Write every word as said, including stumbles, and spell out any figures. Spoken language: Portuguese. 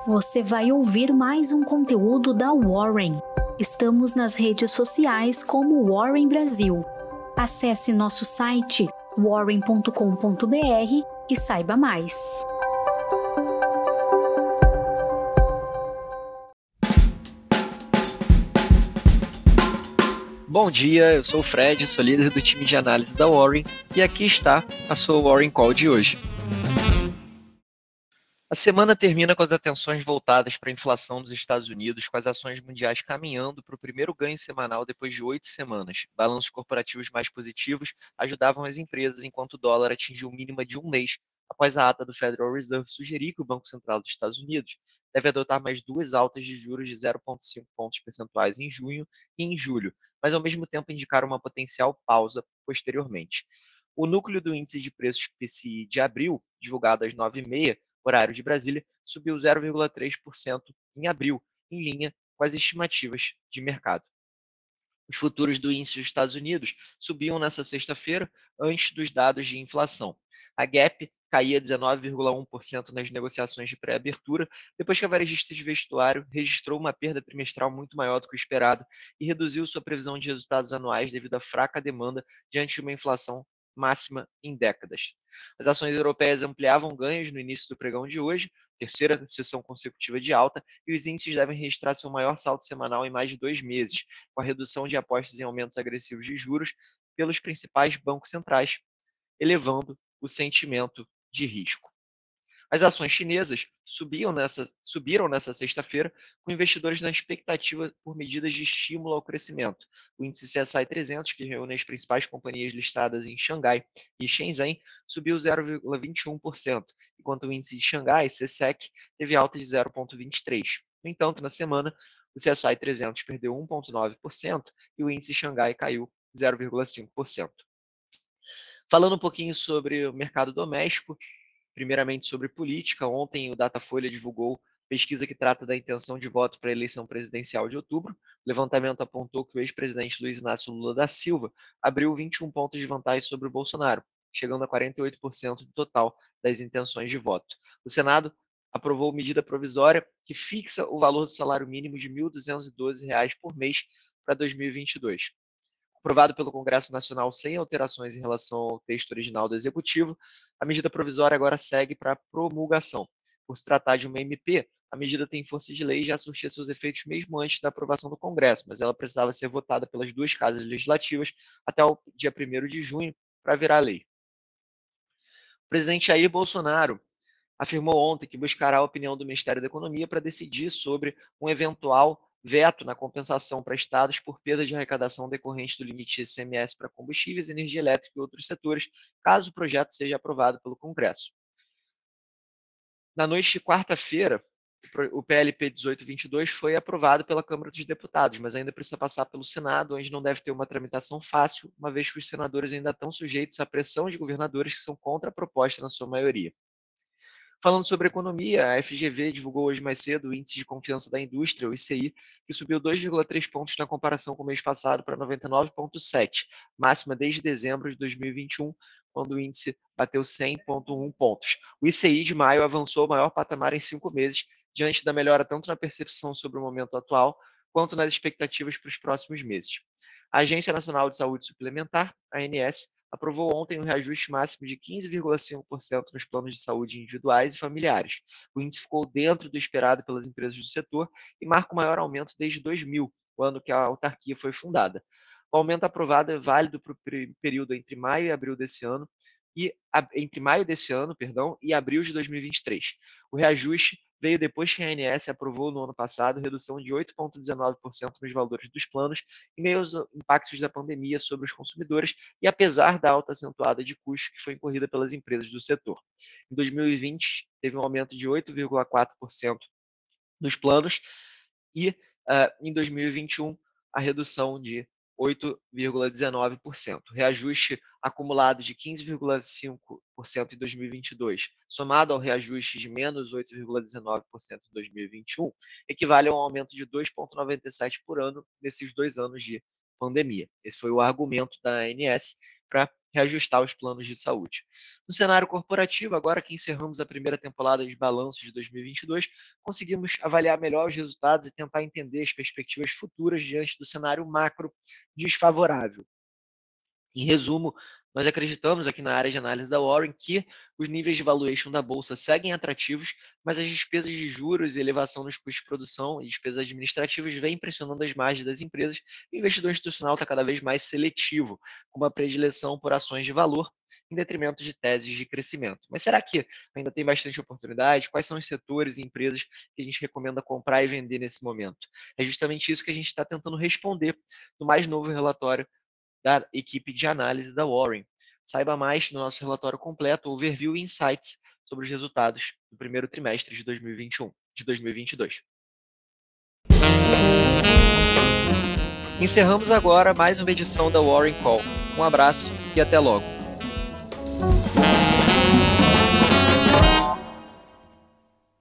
Você vai ouvir mais um conteúdo da Warren. Estamos nas redes sociais como Warren Brasil. Acesse nosso site warren ponto com ponto b r e saiba mais. Bom dia, eu sou o Fred, sou líder do time de análise da Warren e aqui está a sua Warren Call de hoje. A semana termina com as atenções voltadas para a inflação dos Estados Unidos, com as ações mundiais caminhando para o primeiro ganho semanal depois de oito semanas. Balanços corporativos mais positivos ajudavam as empresas, enquanto o dólar atingiu o mínimo de um mês, após a ata do Federal Reserve sugerir que o Banco Central dos Estados Unidos deve adotar mais duas altas de juros de zero vírgula cinco pontos percentuais em junho e em julho, mas ao mesmo tempo indicar uma potencial pausa posteriormente. O núcleo do índice de preços P C I de abril, divulgado às nove e meia, horário de Brasília, subiu zero vírgula três por cento em abril, em linha com as estimativas de mercado. Os futuros do índice dos Estados Unidos subiam nesta sexta-feira, antes dos dados de inflação. A Gap caía dezenove vírgula um por cento nas negociações de pré-abertura, depois que a varejista de vestuário registrou uma perda trimestral muito maior do que o esperado e reduziu sua previsão de resultados anuais devido à fraca demanda diante de uma inflação máxima em décadas. As ações europeias ampliavam ganhos no início do pregão de hoje, terceira sessão consecutiva de alta, e os índices devem registrar seu maior salto semanal em mais de dois meses, com a redução de apostas em aumentos agressivos de juros pelos principais bancos centrais, elevando o sentimento de risco. As ações chinesas subiam nessa, subiram nessa sexta-feira, com investidores na expectativa por medidas de estímulo ao crescimento. O índice C S I trezentos, que reúne as principais companhias listadas em Xangai e Shenzhen, subiu zero vírgula vinte e um por cento, enquanto o índice de Xangai, C S E C, teve alta de zero vírgula vinte e três por cento. No entanto, na semana, o C S I trezentos perdeu um vírgula nove por cento e o índice Xangai caiu zero vírgula cinco por cento. Falando um pouquinho sobre o mercado doméstico, primeiramente sobre política, ontem o Datafolha divulgou pesquisa que trata da intenção de voto para a eleição presidencial de outubro. O levantamento apontou que o ex-presidente Luiz Inácio Lula da Silva abriu vinte e um pontos de vantagem sobre o Bolsonaro, chegando a quarenta e oito por cento do total das intenções de voto. O Senado aprovou medida provisória que fixa o valor do salário mínimo de mil duzentos e doze reais por mês para dois mil e vinte e dois. Aprovado pelo Congresso Nacional sem alterações em relação ao texto original do Executivo, a medida provisória agora segue para promulgação. Por se tratar de uma M P, a medida tem força de lei e já surtia seus efeitos mesmo antes da aprovação do Congresso, mas ela precisava ser votada pelas duas casas legislativas até o dia primeiro de junho para virar lei. O presidente Jair Bolsonaro afirmou ontem que buscará a opinião do Ministério da Economia para decidir sobre um eventual veto na compensação para estados por perda de arrecadação decorrente do limite de I C M S para combustíveis, energia elétrica e outros setores, caso o projeto seja aprovado pelo Congresso. Na noite de quarta-feira, o P L P dezoito vinte e dois foi aprovado pela Câmara dos Deputados, mas ainda precisa passar pelo Senado, onde não deve ter uma tramitação fácil, uma vez que os senadores ainda estão sujeitos à pressão de governadores que são contra a proposta na sua maioria. Falando sobre economia, a F G V divulgou hoje mais cedo o Índice de Confiança da Indústria, o I C I, que subiu dois vírgula três pontos na comparação com o mês passado para noventa e nove vírgula sete, máxima desde dezembro de dois mil e vinte e um, quando o índice bateu cem vírgula um pontos. O I C I de maio avançou ao maior patamar em cinco meses, diante da melhora tanto na percepção sobre o momento atual, quanto nas expectativas para os próximos meses. A Agência Nacional de Saúde Suplementar, a ANS, aprovou ontem um reajuste máximo de quinze vírgula cinco por cento nos planos de saúde individuais e familiares. O índice ficou dentro do esperado pelas empresas do setor e marca o maior aumento desde dois mil, o ano que a autarquia foi fundada. O aumento aprovado é válido para o período entre maio e abril desse ano, e entre maio desse ano, perdão, e abril de dois mil e vinte e três. O reajuste veio depois que a ANS aprovou no ano passado redução de oito vírgula dezenove por cento nos valores dos planos, em meio aos impactos da pandemia sobre os consumidores e apesar da alta acentuada de custos que foi incorrida pelas empresas do setor. Em dois mil e vinte, teve um aumento de oito vírgula quatro por cento nos planos e uh, em dois mil e vinte e um a redução de oito vírgula dezenove por cento. Reajuste acumulado de quinze vírgula cinco por cento em dois mil e vinte e dois, somado ao reajuste de menos oito vírgula dezenove por cento em dois mil e vinte e um, equivale a um aumento de dois vírgula noventa e sete por cento por ano nesses dois anos de pandemia. Esse foi o argumento da ANS para reajustar os planos de saúde. No cenário corporativo, agora que encerramos a primeira temporada de balanços de dois mil e vinte e dois, conseguimos avaliar melhor os resultados e tentar entender as perspectivas futuras diante do cenário macro desfavorável. Em resumo, nós acreditamos aqui na área de análise da Warren que os níveis de valuation da bolsa seguem atrativos, mas as despesas de juros e elevação nos custos de produção e despesas administrativas vêm pressionando as margens das empresas e o investidor institucional está cada vez mais seletivo, com uma predileção por ações de valor em detrimento de teses de crescimento. Mas será que ainda tem bastante oportunidade? Quais são os setores e empresas que a gente recomenda comprar e vender nesse momento? É justamente isso que a gente está tentando responder no mais novo relatório da equipe de análise da Warren. Saiba mais no nosso relatório completo, Overview e Insights, sobre os resultados do primeiro trimestre de dois mil e vinte e um, de dois mil e vinte e dois. Encerramos agora mais uma edição da Warren Call. Um abraço e até logo.